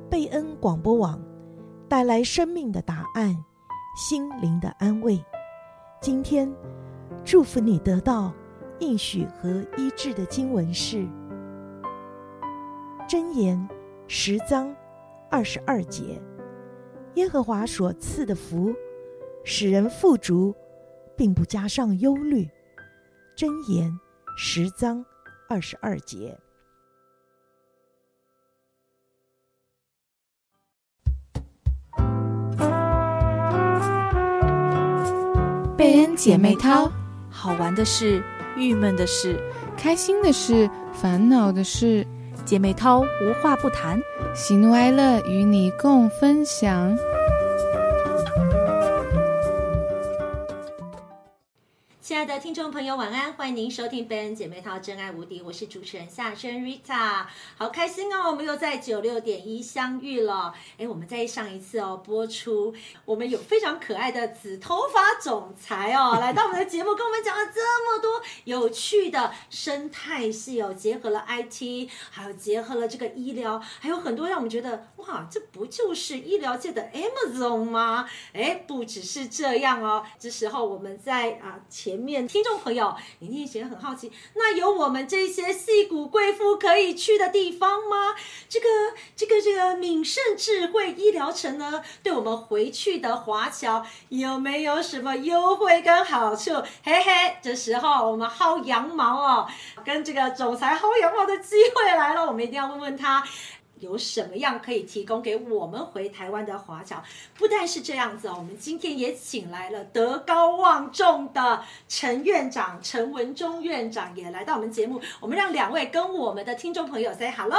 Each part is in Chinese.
贝恩广播网，带来生命的答案，心灵的安慰。今天祝福你得到应许和医治的经文是箴言10章22节，耶和华所赐的福使人富足，并不加上忧虑。箴言10章22节。 贝恩姐妹淘，好玩的事，郁闷的事， 开心的事，烦恼的事， 姐妹淘无话不谈， 喜怒哀乐与你共分享。 亲爱的听众朋友晚安，欢迎您收听贝恩姐妹淘真爱无敌，我是主持人夏萱 Rita， 好开心哦，我们又在96.1相遇了。我们在上一次播出，我们有非常可爱的紫头发总裁来到我们的节目，跟我们讲了这么多有趣的生态系结合了 IT， 还有结合了这个医疗，还有很多让我们觉得哇，这不就是医疗界的 Amazon 吗？不只是这样这时候我们在前面听众朋友，你一定觉得很好奇，那有我们这些矽谷贵妇可以去的地方吗？这个敏盛智慧医疗城呢，对我们回去的华侨有没有什么优惠跟好处？嘿嘿，这时候我们薅羊毛跟这个总裁薅羊毛的机会来了，我们一定要问问他有什么样可以提供给我们回台湾的华侨。不但是这样子我们今天也请来了德高望重的陈院长，陈文忠院长也来到我们节目，我们让两位跟我们的听众朋友 say hello。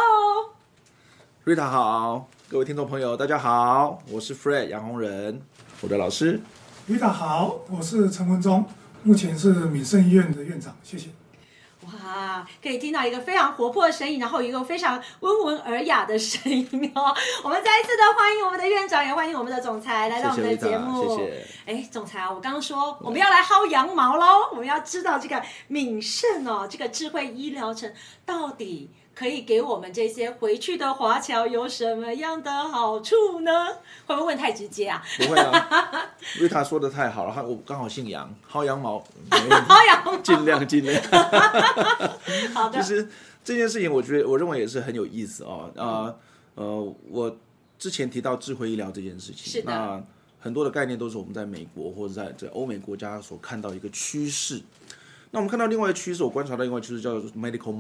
Rita 好，各位听众朋友大家好，我是 Fred 杨宏仁，我的老师。 Rita 好，我是陈文忠，目前是敏盛医院的院长，谢谢。 哇，可以听到一个非常活泼的声音，然后一个非常温文尔雅的声音我们再一次的欢迎我们的院长，也欢迎我们的总裁来到我们的节目。 谢谢。 总裁我刚刚说我们要来薅羊毛咯，我们要知道这个敏盛这个智慧医疗城到底可以给我们这些回去的华侨有什么样的好处呢？会不会问太直接啊？ 不会啊，Rita 说的太好了，我刚好姓杨，薅羊毛， 薅羊毛， 尽量。 好的。 其实这件事情，我认为也是很有意思我之前提到智慧医疗这件事情， 是的， 那很多的概念都是我们在美国或者在欧美国家所看到一个趋势。那我们看到另外一个趋势，我观察到另外一个趋势叫做 Medical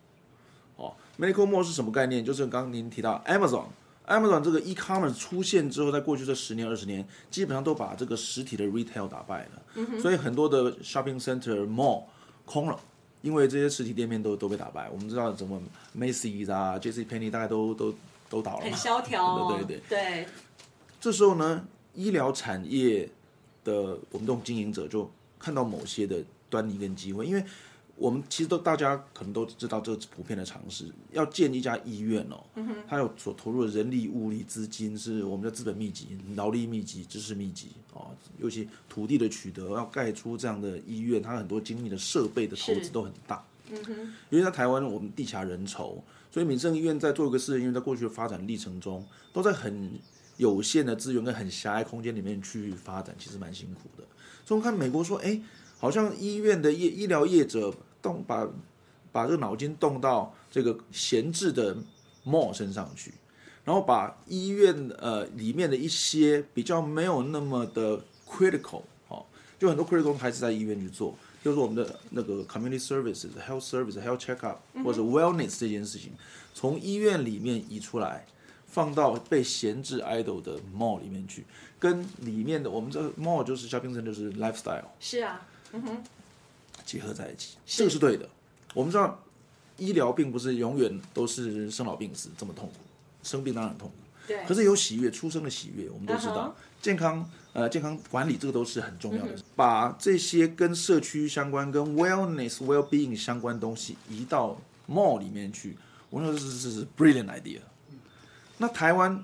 Mall。Medical Mall 是什么概念？就是刚刚您提到 Amazon 这个 e-commerce 出现之后，在过去这10年20年，基本上都把这个实体的 retail 打败了。所以很多的 shopping center mall 空了，因为这些实体店面都被打败。我们知道怎么 Macy's JCPenney 大概都倒了， 很萧条。 对。这时候呢，医疗产业的我们这种经营者就看到某些的端倪跟机会，因为我们其实大家可能都知道，这是普遍的常识。要建一家医院它有所投入的人力、物力、资金，是我们的资本密集、劳力密集、知识密集尤其土地的取得，要盖出这样的医院，它很多精密的设备的投资都很大。因为在台湾我们地狭人稠，所以敏盛医院在做一个私人医院，在过去的发展历程中，都在很有限的资源跟很狭隘空间里面去发展，其实蛮辛苦的。所以我们看美国说，好像医院的医疗业者把这个脑筋动到这个闲置的 mall 身上去，然后把医院里面的一些比较没有那么的 critical 就很多 critical 还是在医院去做，就是我们的那个 community services、health service、health check-up 或者 wellness 这件事情，从医院里面移出来，放到被闲置 idle 的 mall 里面去，跟里面的我们这 mall 就是 shopping center 就是 lifestyle， 是啊， 结合在一起，这个是对的。我们知道医疗并不是永远都是生老病死这么痛苦，生病当然很痛苦， 对。 可是有喜悦，出生的喜悦，我们都知道，健康管理这个都是很重要的。把这些跟社区相关、跟 wellness、well-being 相关的东西移到 mall 里面去，我说这是 brilliant idea。那台湾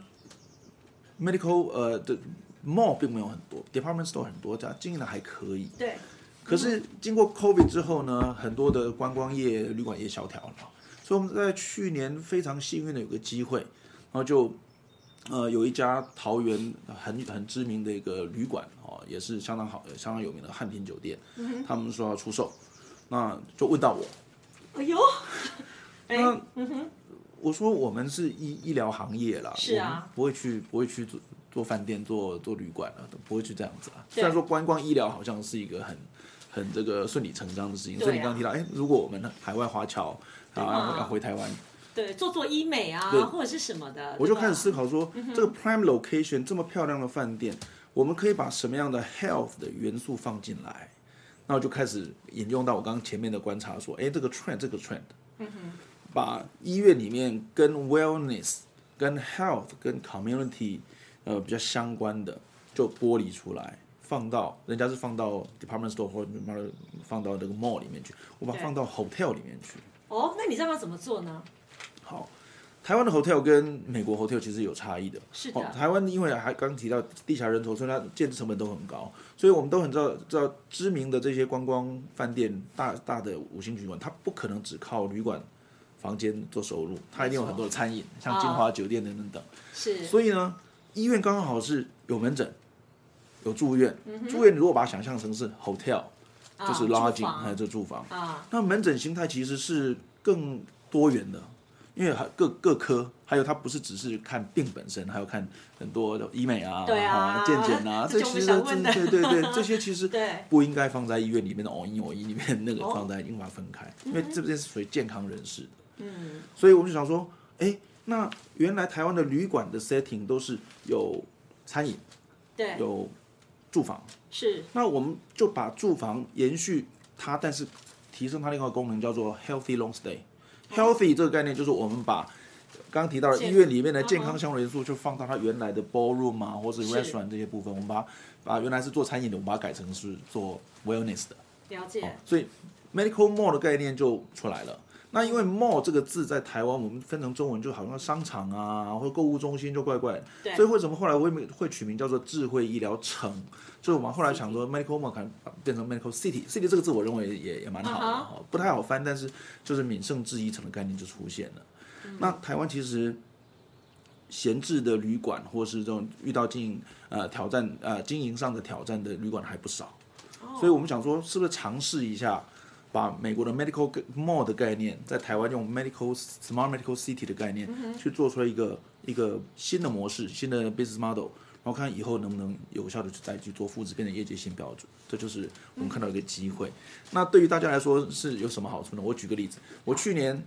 medical 的 mall 并没有很多 ，department store 很多，经营的还可以。 对。 可是经过 COVID 之后呢，很多的观光业、旅馆业萧条了，所以我们在去年非常幸运的有个机会，然后就有一家桃园很知名的一个旅馆也是相当好、相当有名的汉庭酒店，他们说要出售，那就问到我， 哎呦， 那我说我们是医疗行业啦， 是啊， 我们不会去做饭店、做旅馆啊，都不会去这样子啊。虽然说观光医疗好像是一个很这个顺理成章的事情，所以你刚刚提到，如果我们海外华侨要回台湾。 对，做医美啊，或者是什么的， 我就开始思考说，这个 prime location 这么漂亮的饭店，我们可以把什么样的 health 的元素放进来？那我就开始引用到我刚刚前面的观察，说，这个 trend，把医院里面跟 wellness、跟 health、跟 community 比较相关的，就剥离出来，人家是放到 department store 或者放到这个 mall 里面去，我把它放到 hotel 里面去。 哦，那你知道要怎么做呢？ 好，台湾的 hotel 跟美国 hotel 其实有差异的。 是的。 台湾因为还刚提到地狭人稠，所以它建制成本都很高，所以我们都很知道知名的这些观光饭店、大的5星级旅馆，它不可能只靠旅馆房间做收入，它一定有很多的餐饮，像金华酒店等等。 是。 所以呢，医院刚好是有门诊、有住院。住院如果把它想象成是 hotel，就是 lodging 还有这住房。那门诊形态其实是更多元的。因为各科，还有它不是只是看病本身，还有看很多医美啊、健检啊，这其实对，这些其实不应该放在医院里面的偶医里面，那个放在应该分开，因为这边是属于健康人士的。所以我们就想说，那原来台湾的旅馆的 setting 都是有餐饮， 对， 有住房， 是。 那我们就把住房延续它，但是提升它另外一个功能，叫做 healthy long stay。Healthy 这个概念就是我们把刚刚提到的医院里面的健康相关元素，就放到它原来的 ballroom 啊，或是 restaurant 这些部分，我们把原来是做餐饮的，我们把它改成是做 wellness 的。 了解。 所以 medical mall 的概念就出来了。那因为 mall 这个字在台湾我们分成中文就好像商场啊，或者购物中心就怪怪的。所以为什么后来会取名叫做智慧医疗城？所以我们后来想说 medical mall 可能变成 medical city。city 这个字我认为也蛮好的，不太好翻，但是就是闽盛制医城的概念就出现了。那台湾其实闲置的旅馆或是这种遇到经营上的挑战的旅馆还不少，所以我们想说是不是尝试一下。把美国的 medical mall 的概念，在台湾用 smart medical city 的概念，去做出来一个新的模式、新的 business model， 然后看以后能不能有效的再去做复制，变成业界新标准。这就是我们看到一个机会。那对于大家来说是有什么好处呢？我举个例子，我去年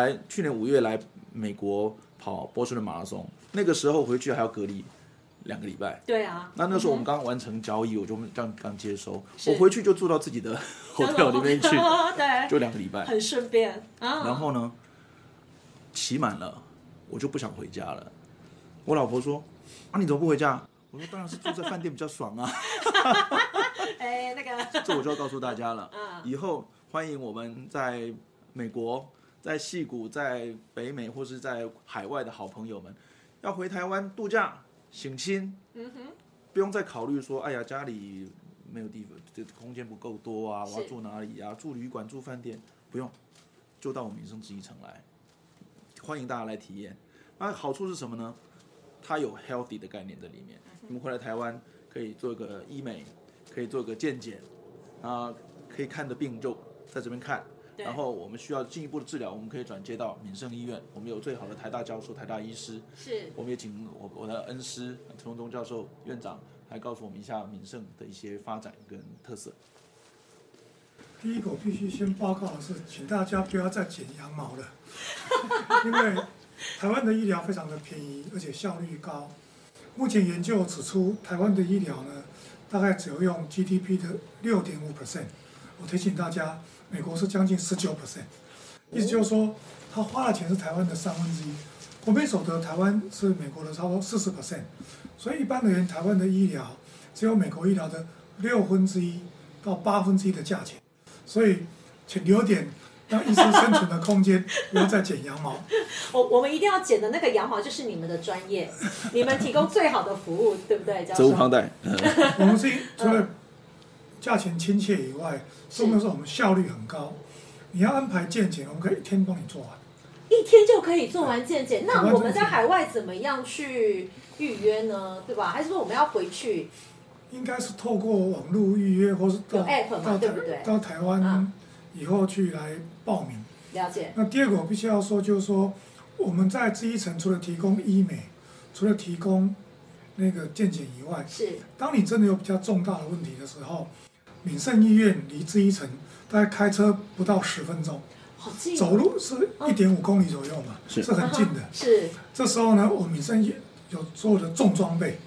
5月来美国跑波士顿马拉松，那个时候回去还要隔离2个礼拜。 对啊。 那时候我们刚完成交易，我就刚接收，我回去就住到自己的 hotel 里面去， 对， 就2个礼拜， 很顺便。 然后呢，期满了，我就不想回家了。我老婆说：“你怎么不回家？”我说：“当然是住在饭店比较爽啊。” 那个， 这我就要告诉大家了。以后欢迎我们在美国、在矽谷、在北美或是在海外的好朋友们，要回台湾度假。省亲，不用再考虑说，哎呀，家里没有地方，这空间不够多啊，我要住哪里啊？住旅馆、住饭店，不用，就到我们民生之一城来，欢迎大家来体验。那好处是什么呢？它有 healthy 的概念在里面。你们回来台湾可以做一个医美，可以做一个健检，可以看的病就在这边看。然后我们需要进一步的治疗，我们可以转接到闽盛医院，我们有最好的台大教授、台大医师，我们也请我的恩师陈文忠教授院长来告诉我们一下闽盛的一些发展跟特色。 第一个我必须先报告的是，请大家不要再剪羊毛了，因为台湾的医疗非常的便宜，而且效率高。目前研究指出，台湾的医疗呢，大概只有用 GDP 的6.5%。我提醒大家，美国是将近19%，意思就是说，他花的钱是台湾的1/3。国民所得台湾是美国的差不多40%，所以一般而言，台湾的医疗只有美国医疗的1/6到1/8的价钱，所以请留点让医师生存的空间，不要再剪羊毛。 我们一定要剪的那个羊毛就是你们的专业，你们提供最好的服务，对不对？ 责无旁贷。 我们是除了价钱亲切以外，重要是我们效率很高。你要安排健检，我们可以1天帮你做完。 1天就可以做完健检。那我们在海外怎么样去预约呢？对吧？还是说我们要回去？ 应该是透过网络预约，或是到 app 嘛，对不对？ 到台湾以后去来报名。 了解。 那第二个我必须要说，就是说我们在知医城除了提供医美，除了提供那个健检以外， 是当你真的有比较重大的问题的时候，敏盛医院离知医城大概开车不到10分钟， 好近， 走路是1.5公里左右嘛，是很近的。 是。 这时候呢，我们敏盛医院有所有的重装备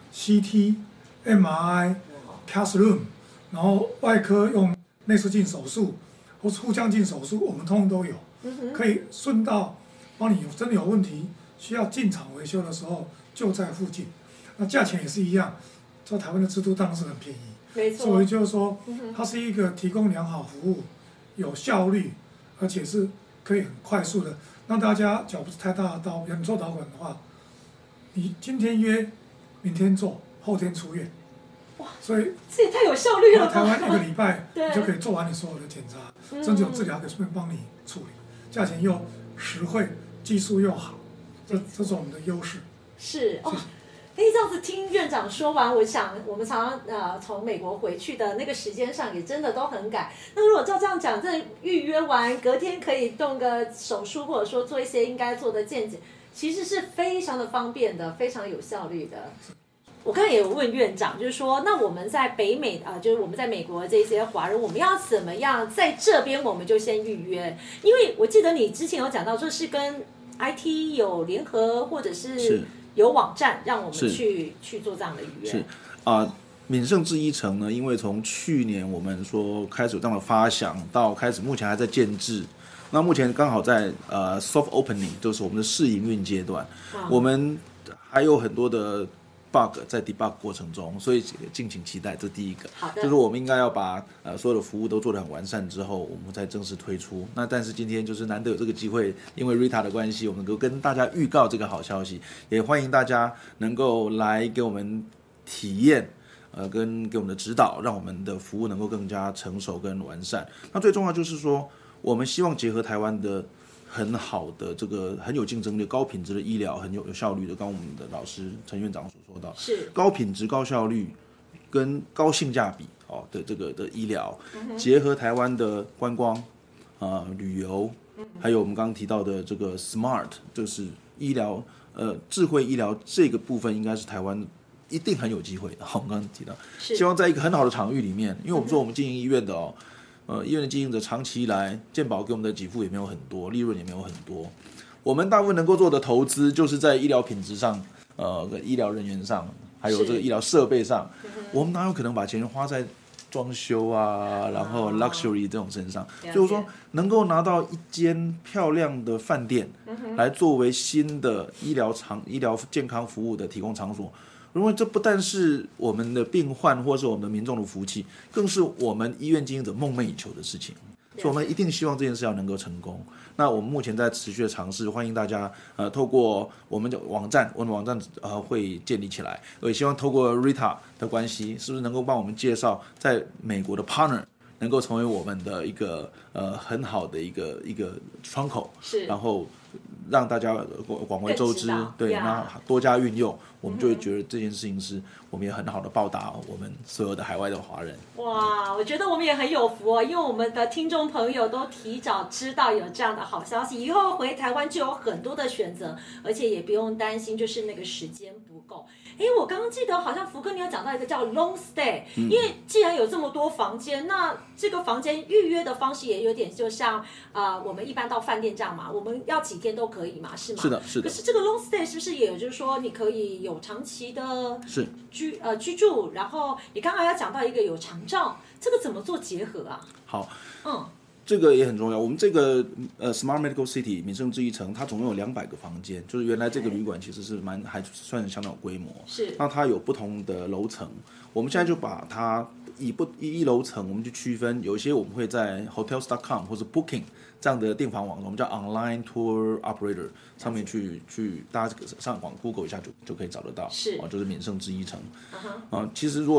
，CT、MRI、Cath Room， 然后外科用内视镜手术或是腹腔镜手术，我们通通都有，可以顺道帮你真的有问题需要进场维修的时候就在附近。那价钱也是一样，在台湾的制度当然是很便宜， 没错。 所以就是说，它是一个提供良好服务、有效率，而且是可以很快速的让大家脚不是太大的刀。比如你做导管的话，你今天约，明天做，后天出院。 哇， 所以这也太有效率了吧！ 台湾1个礼拜你就可以做完你所有的检查，甚至有治疗可以顺便帮你处理，价钱又实惠，技术又好，这是我们的优势。 是哦。这样子听院长说完，我想我们常常从美国回去的那个时间上也真的都很赶。那如果照这样讲，这预约完隔天可以动个手术，或者说做一些应该做的健检，其实是非常的方便的，非常有效率的。我刚才也有问院长，就是说，那我们在北美就是我们在美国的这些华人，我们要怎么样在这边我们就先预约？因为我记得你之前有讲到，就是跟 IT 有联合，或者是有网站让我们去做这样的预约。 是敏盛知医城呢，因为从去年我们说开始有这样的发想，到开始目前还在建制。那目前刚好在soft opening， 就是我们的试营运阶段，我们还有很多的 bug 在 debug 过程中，所以敬请期待。这第一个，就是我们应该要把所有的服务都做得很完善之后，我们再正式推出。那但是今天就是难得有这个机会，因为 Rita 的关系，我们能够跟大家预告这个好消息，也欢迎大家能够来给我们体验。跟给我们的指导，让我们的服务能够更加成熟跟完善。那最重要就是说，我们希望结合台湾的很好的这个很有竞争力、高品质的医疗，很有效率的。刚刚我们的老师陈院长所说到， 是高品质、高效率跟高性价比的这个的医疗，结合台湾的观光旅游，还有我们刚刚提到的这个 smart， 就是医疗智慧医疗这个部分，应该是台湾一定很有机会的。我们刚刚提到，希望在一个很好的场域里面，因为我们说我们经营医院的医院的经营者长期以来，健保给我们的给付也没有很多，利润也没有很多。我们大部分能够做的投资，就是在医疗品质上，医疗人员上，还有这个医疗设备上。我们哪有可能把钱花在装修然后 luxury 这种身上？就是说，能够拿到一间漂亮的饭店，来作为新的医疗健康服务的提供场所。因为这不但是我们的病患或是我们的民众的福气，更是我们医院经营者梦寐以求的事情，所以我们一定希望这件事要能够成功。那我们目前在持续的尝试，欢迎大家透过我们的网站，会建立起来，我也希望透过 Rita 的关系，是不是能够帮我们介绍在美国的 partner， 能够成为我们的一个很好的一个窗口，然后让大家广为周知，对，那多加运用，我们就会觉得这件事情是我们也很好的报答我们所有的海外的华人。 哇，我觉得我们也很有福因为我们的听众朋友都提早知道有这样的好消息，以后回台湾就有很多的选择，而且也不用担心就是那个时间不够。我刚刚记得好像福哥你有讲到一个叫 long stay，因为既然有这么多房间，那这个房间预约的方式也有点就像我们一般到饭店这样嘛，我们要几天都可以嘛，是吗？ 是的，是的。 可是这个 long stay 是不是也有就是说你可以有长期的居住，然后你刚刚要讲到一个有长照，这个怎么做结合啊？ 好，这个也很重要。我们这个Smart Medical City 敏盛知医城，它总共有200个房间，就是原来这个旅馆其实是还算相当有规模。 是。 那它有不同的楼层，我们现在就把它一楼层我们去区分，有一些我们会在 hotels.com 或者 Booking 这样的订房网，我们叫 Online Tour Operator 上面去大家上网 Google 一下就可以找得到。 是。 就是敏盛知医城。其实如果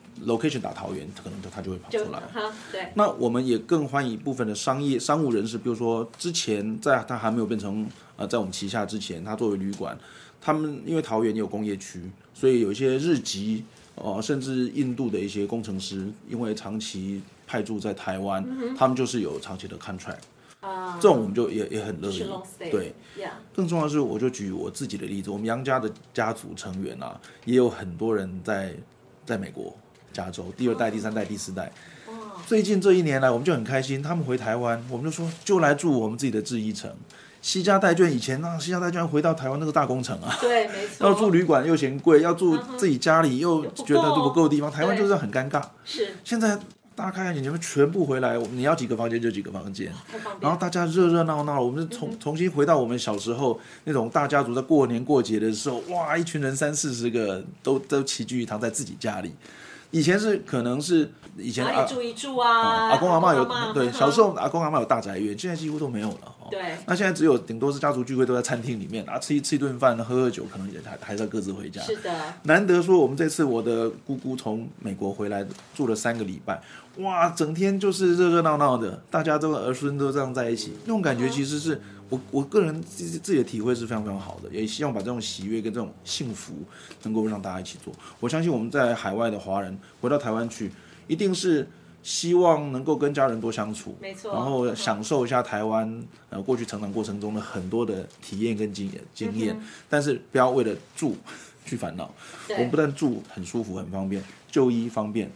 location 打桃园，可能它就会跑出来。 对。 那我们也更欢迎一部分的商务人士，比如说之前在它还没有变成在我们旗下之前，它作为旅馆，他们因为桃园也有工业区，所以有一些日籍甚至印度的一些工程师，因为长期派驻在台湾，他们就是有长期的 contract。这种我们就也很乐意。对，更重要的是，我就举我自己的例子，我们杨家的家族成员啊，也有很多人在美国加州，第2代、第3代、第4代。最近这1年来，我们就很开心，他们回台湾，我们就说就来住我们自己的制衣城。西家代眷以前西家代眷回到台湾那个大工程啊， 对，没错， 要住旅馆又嫌贵，要住自己家里又觉得都不够地方，台湾就是很尴尬。 是， 现在大家看看，你们全部回来，你要几个房间就几个房间，然后大家热热闹闹，我们重新回到我们小时候那种大家族在过年过节的时候，哇，一群人30-40个都齐聚一堂在自己家里。以前可能是以前哪里住一住啊， 阿公阿嬷有对，小时候阿公阿嬷有大宅院，现在几乎都没有了。 对， 那现在只有顶多是家族聚会都在餐厅里面吃一顿饭，喝酒，可能也还是要各自回家。 是的， 难得说我们这次我的姑姑从美国回来住了3个礼拜，哇，整天就是热热闹闹的，大家都儿孙都这样在一起，那种感觉其实是我个人自己的体会是非常非常好的，也希望把这种喜悦跟这种幸福能够让大家一起做。我相信我们在海外的华人回到台湾去，一定是希望能够跟家人多相处， 没错， 然后享受一下台湾过去成长过程中的很多的体验跟经验，但是不要为了住去烦恼。我们不但住很舒服很方便，就医方便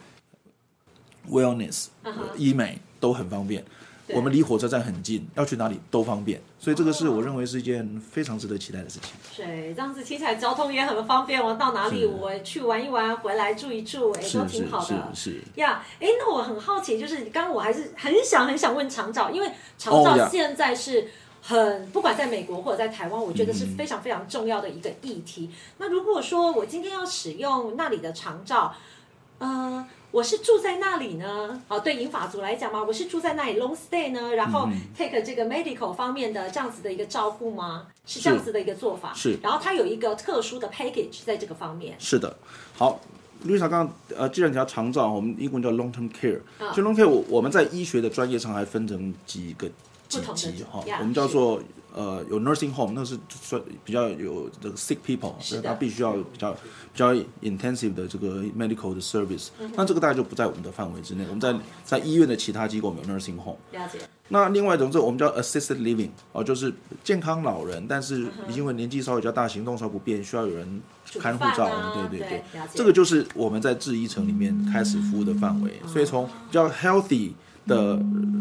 ，wellness、医美都很方便。我们离火车站很近，要去哪里都方便，所以这个是我认为是一件非常值得期待的事情。 对，这样子听起来交通也很方便，我到哪里我去玩一玩，回来住一住，都挺好的。是呀，那我很好奇，就是刚刚我还是很想问长照，因为长照现在是不管在美国或者在台湾，我觉得是非常非常重要的一个议题。那如果说我今天要使用那里的长照，我是住在那里呢？对银发族来讲嘛，我是住在那里 long stay 呢，然后 take 这个 medical 方面的这样子的一个照顾吗？是这样子的一个做法。是，然后它有一个特殊的 package 在这个方面。是的，好。Lisa 刚刚既然提到长照，我们英文叫 long term care， 就 long care 我们在医学的专业上还分成几级我们叫做有 nursing home， 那是比较有这个 sick people， 他必须要比较 intensive 的这个 medical 的 service，那这个大概就不在我们的范围之内。我们在医院的其他机构我们有 nursing home。了解。那另外一种我们叫 assisted living， 就是健康老人，但是因为年纪稍微比较大，行动稍不便，需要有人看护照。对，这个就是我们在制医城里面开始服务的范围。所以从比较 healthy 的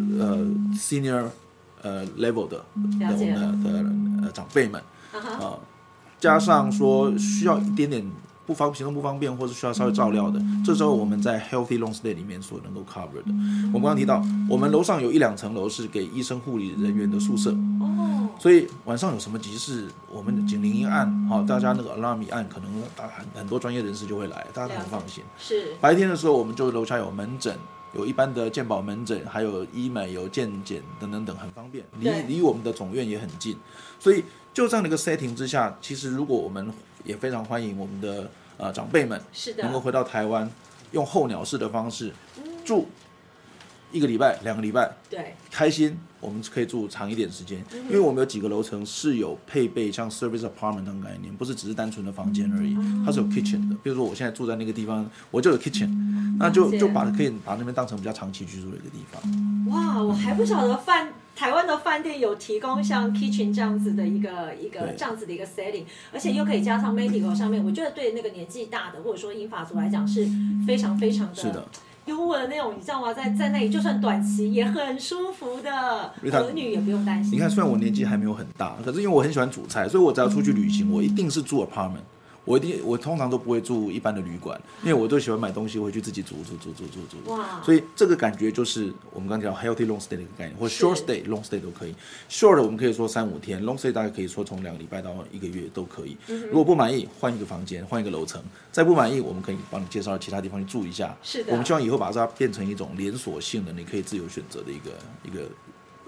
senior level 的我们的长辈们加上说需要一点点行动不方便，或是需要稍微照料的，这时候我们在 healthy long stay 里面所能够 cover 的。我们刚刚提到，我们楼上有1-2层楼是给医生护理人员的宿舍，所以晚上有什么急事，我们的警铃一按，大家那个 alarm 一按，可能很多专业人士就会来，大家都很放心。是白天的时候，我们就楼下有门诊。有一般的健保门诊，还有医美、有健检等等等，很方便，离我们的总院也很近，所以就这样的一个 setting 之下，其实如果我们也非常欢迎我们的长辈们能够回到台湾，用候鸟式的方式住1个礼拜、2个礼拜，对，开心，我们可以住长一点时间，因为我们有几个楼层是有配备像 service apartment 的概念，不是只是单纯的房间而已，它是有 kitchen 的。比如说我现在住在那个地方，我就有 kitchen， 那就可以把那边当成比较长期居住的一个地方。哇，我还不晓得台湾的饭店有提供像 kitchen 这样子的一个这样子的一个 setting， 而且又可以加上 medical 上面，我觉得对那个年纪大的或者说银发族来讲是非常非常的优渥的那种，你知道吗？在那里就算短期也很舒服的，儿女也不用担心。你看，虽然我年纪还没有很大，可是因为我很喜欢煮菜，所以我只要出去旅行，我一定是住 apartment。我通常都不会住一般的旅馆，因为我都喜欢买东西回去自己煮。哇！所以这个感觉就是我们刚讲 healthy long stay 的一个概念，或 short stay、long stay 都可以。short 我们可以说3-5天 ，long stay 大概可以说从2个礼拜到1个月都可以。如果不满意，换一个房间，换一个楼层。再不满意，我们可以帮你介绍其他地方去住一下。是的。我们希望以后把它变成一种连锁性的，你可以自由选择的一个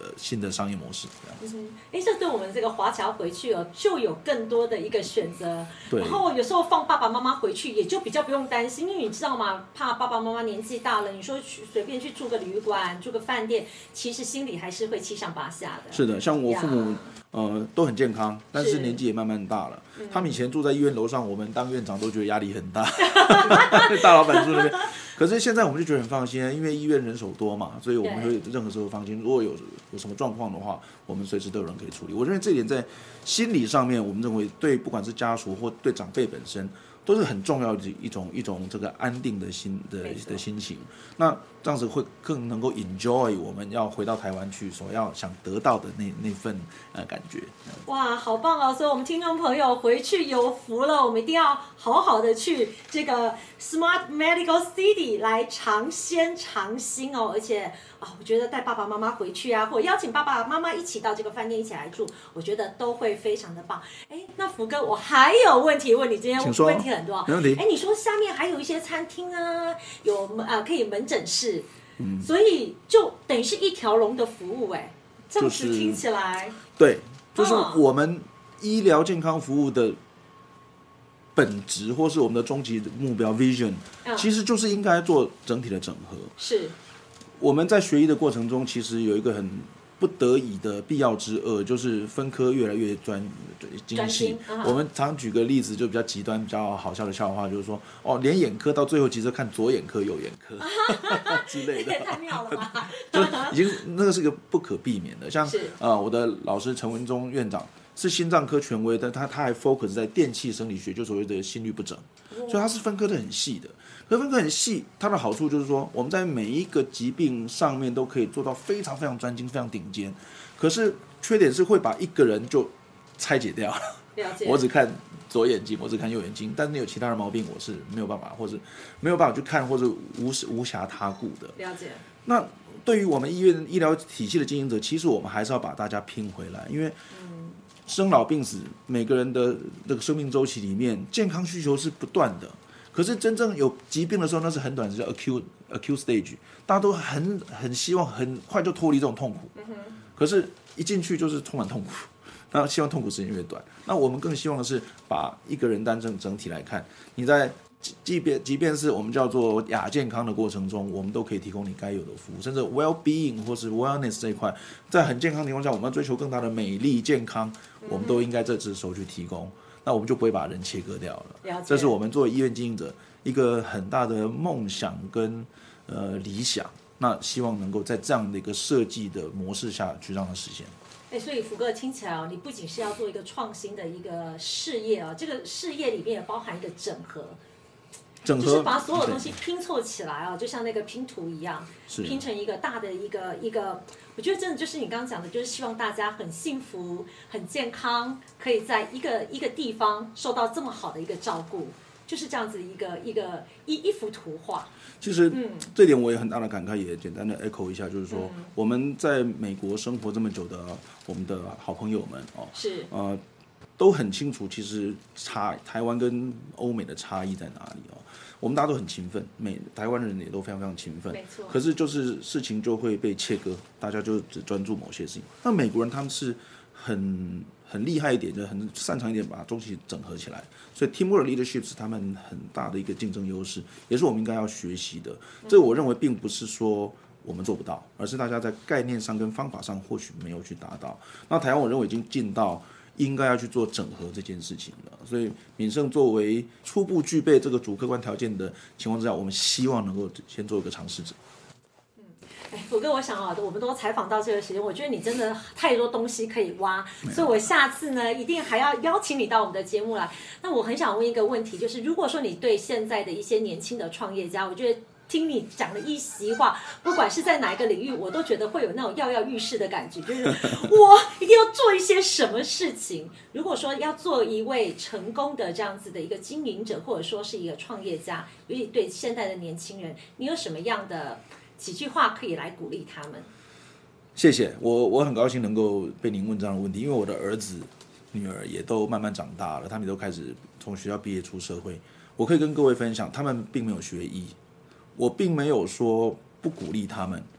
新的商业模式。 这对我们这个华侨回去就有更多的一个选择。 对。 然后有时候放爸爸妈妈回去，也就比较不用担心，因为你知道吗？怕爸爸妈妈年纪大了，你说随便去住个旅馆、住个饭店，其实心里还是会七上八下的。 是的，像我父母都很健康，但是年纪也慢慢大了。他们以前住在医院楼上，我们当院长都觉得压力很大，大老板住那边。可是现在我们就觉得很放心，因为医院人手多嘛，所以我们会任何时候放心。如果有什么状况的话，我们随时都有人可以处理。我认为这一点在心理上面，我们认为对不管是家属或对长辈本身，都是很重要的一种这个安定的心情。那这样子会更能够 enjoy 我们要回到台湾去所要想得到的那份感觉。 哇，好棒哦！所以我们听众朋友回去有福了，我们一定要好好的去这个 Smart Medical City 来尝鲜尝新哦。而且我觉得带爸爸妈妈回去啊，或邀请爸爸妈妈一起到这个饭店一起来住，我觉得都会非常的棒。那福哥，我还有问题问你，今天问题很多。 没问题。 你说下面还有一些餐厅啊，有可以门诊室。所以就等于是一条龙的服务，这样子听起来， 对，就是我们医疗健康服务的本质，或是我们的终极目标 vision，其实就是应该做整体的整合。 是我们在学医的过程中，其实有一个很不得已的必要之恶，就是分科越来越精细。我们常举个例子，就比较极端、比较好笑的笑话，就是说，连眼科到最后其实看左眼科、右眼科之类的， 也太妙了吧！ 就已经那个是个不可避免的。像我的老师陈文忠院长是心脏科权威，但他还 focus 在电气生理学，就所谓的心律不整，所以他是分科的很细的。可分科很细，它的好处就是说，我们在每一个疾病上面都可以做到非常非常专精、非常顶尖。可是缺点是会把一个人就拆解掉了。 了解。 我只看左眼睛，我只看右眼睛，但是你有其他的毛病，我是没有办法，或者没有办法去看，或者无暇他顾的。 了解。 那对于我们医疗体系的经营者，其实我们还是要把大家拼回来，因为生老病死，每个人的这个生命周期里面，健康需求是不断的。可是真正有疾病的时候，那是很短的，叫 acute stage， 大家都很希望很快就脱离这种痛苦。可是一进去就是充满痛苦，那希望痛苦时间越短。那我们更希望的是把一个人单整体来看，你在即便是我们叫做亚健康的过程中，我们都可以提供你该有的服务，甚至 well-being 或是 wellness 这一块，在很健康的情况下，我们要追求更大的美丽健康，我们都应该这只手去提供。那我们就不会把人切割掉了。这是我们作为医院经营者一个很大的梦想跟理想。那希望能够在这样的一个设计的模式下去让它实现。 所以福哥听起来你不仅是要做一个创新的一个事业这个事业里面也包含一个整合，就是把所有东西拼凑起来就像那个拼图一样，拼成一个大的一个。我觉得真的就是你刚刚讲的，就是希望大家很幸福、很健康，可以在一个地方受到这么好的一个照顾，就是这样子一幅图画。 其实这点我也很大的感慨，也简单的 echo 一下，就是说我们在美国生活这么久的我们的好朋友们是都很清楚，其实台湾跟欧美的差异在哪里我们大家都很勤奋，台湾人也都非常非常勤奋， 没错。 可是就是事情就会被切割，大家就只专注某些事情。那美国人他们是很厉害一点，就很擅长一点，把东西整合起来。所以 teamwork leadership 是他们很大的一个竞争优势，也是我们应该要学习的。这我认为并不是说我们做不到，而是大家在概念上跟方法上或许没有去达到。那台湾我认为已经进到应该要去做整合这件事情了，所以敏盛作为初步具备这个主客观条件的情况之下，我们希望能够先做一个尝试者。 福哥，我想我们都采访到这个时间，我觉得你真的太多东西可以挖，所以我下次呢一定还要邀请你到我们的节目来。那我很想问一个问题，就是如果说你对现在的一些年轻的创业家，我觉得听你讲的一席话，不管是在哪一个领域，我都觉得会有那种跃跃欲试的感觉，就是我一定要做一些什么事情。如果说要做一位成功的这样子的一个经营者，或者说是一个创业家，尤其对现在的年轻人，你有什么样的几句话可以来鼓励他们？ 谢谢，我很高兴能够被您问这样的问题，因为我的儿子、女儿也都慢慢长大了，他们都开始从学校毕业出社会。我可以跟各位分享，他们并没有学医，我并没有说不鼓励他们，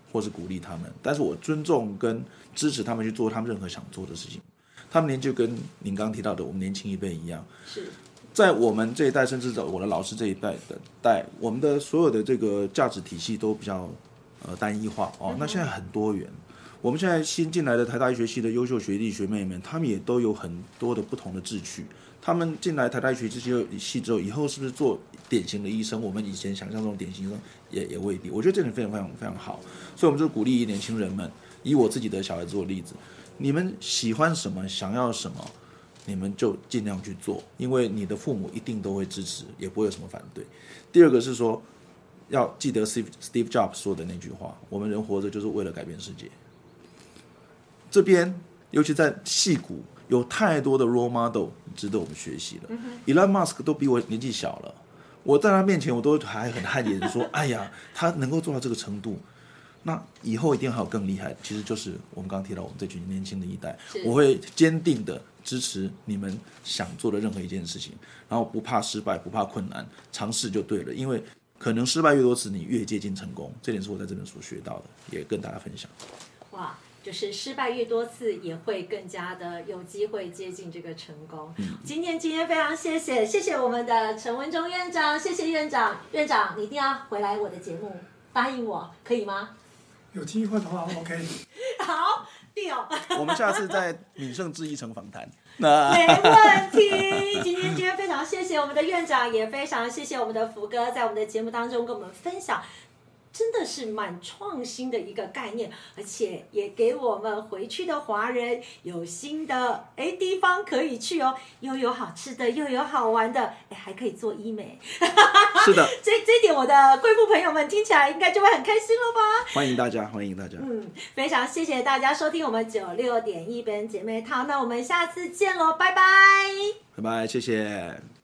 或是鼓励他们，但是我尊重跟支持他们去做他们任何想做的事情。他们年纪就跟您刚刚提到的我们年轻一辈一样， 是在我们这一代，甚至在我的老师这一代，我们的所有的这个价值体系都比较单一化哦。那现在很多元，我们现在新进来的台大医学系的优秀学弟学妹们，他们也都有很多的不同的志趣。他们进来台大医学系之后，以后是不是做典型的医生？我们以前想象中的典型医生也未必。我觉得这点非常非常非常好，所以我们就鼓励年轻人们，以我自己的小孩子做例子，你们喜欢什么，想要什么，你们就尽量去做，因为你的父母一定都会支持，也不会有什么反对。第二个是说，要记得 Steve Jobs 说的那句话：我们人活着就是为了改变世界。这边尤其在矽谷，有太多的 role model 值得我们学习了。Elon Musk 都比我年纪小了，我在他面前我都还很汗颜说：哎呀，他能够做到这个程度。那以后一定还有更厉害的，其实就是我们刚刚提到我们这群年轻的一代，我会坚定的支持你们想做的任何一件事情，然后不怕失败，不怕困难，尝试就对了，因为可能失败越多次，你越接近成功，这点是我在这本书学到的，也跟大家分享。 哇，就是失败越多次，也会更加的有机会接近这个成功。今天非常谢谢我们的陈文忠院长，谢谢院长，院长你一定要回来我的节目，答应我可以吗？ 有机会的话 OK。 好，deal。 我们下次在闽盛志一城访谈。 没问题。今天非常谢谢我们的院长，也非常谢谢我们的福哥在我们的节目当中跟我们分享，真的是蛮创新的一个概念，而且也给我们回去的华人有新的地方可以去哦，又有好吃的，又有好玩的，还可以做医美。 是的， 这一点我的贵妇朋友们听起来应该就会很开心了吧？ 欢迎大家，欢迎大家。 非常谢谢大家收听我们96.1本姐妹淘，那我们下次见喽，拜拜， 拜拜，谢谢。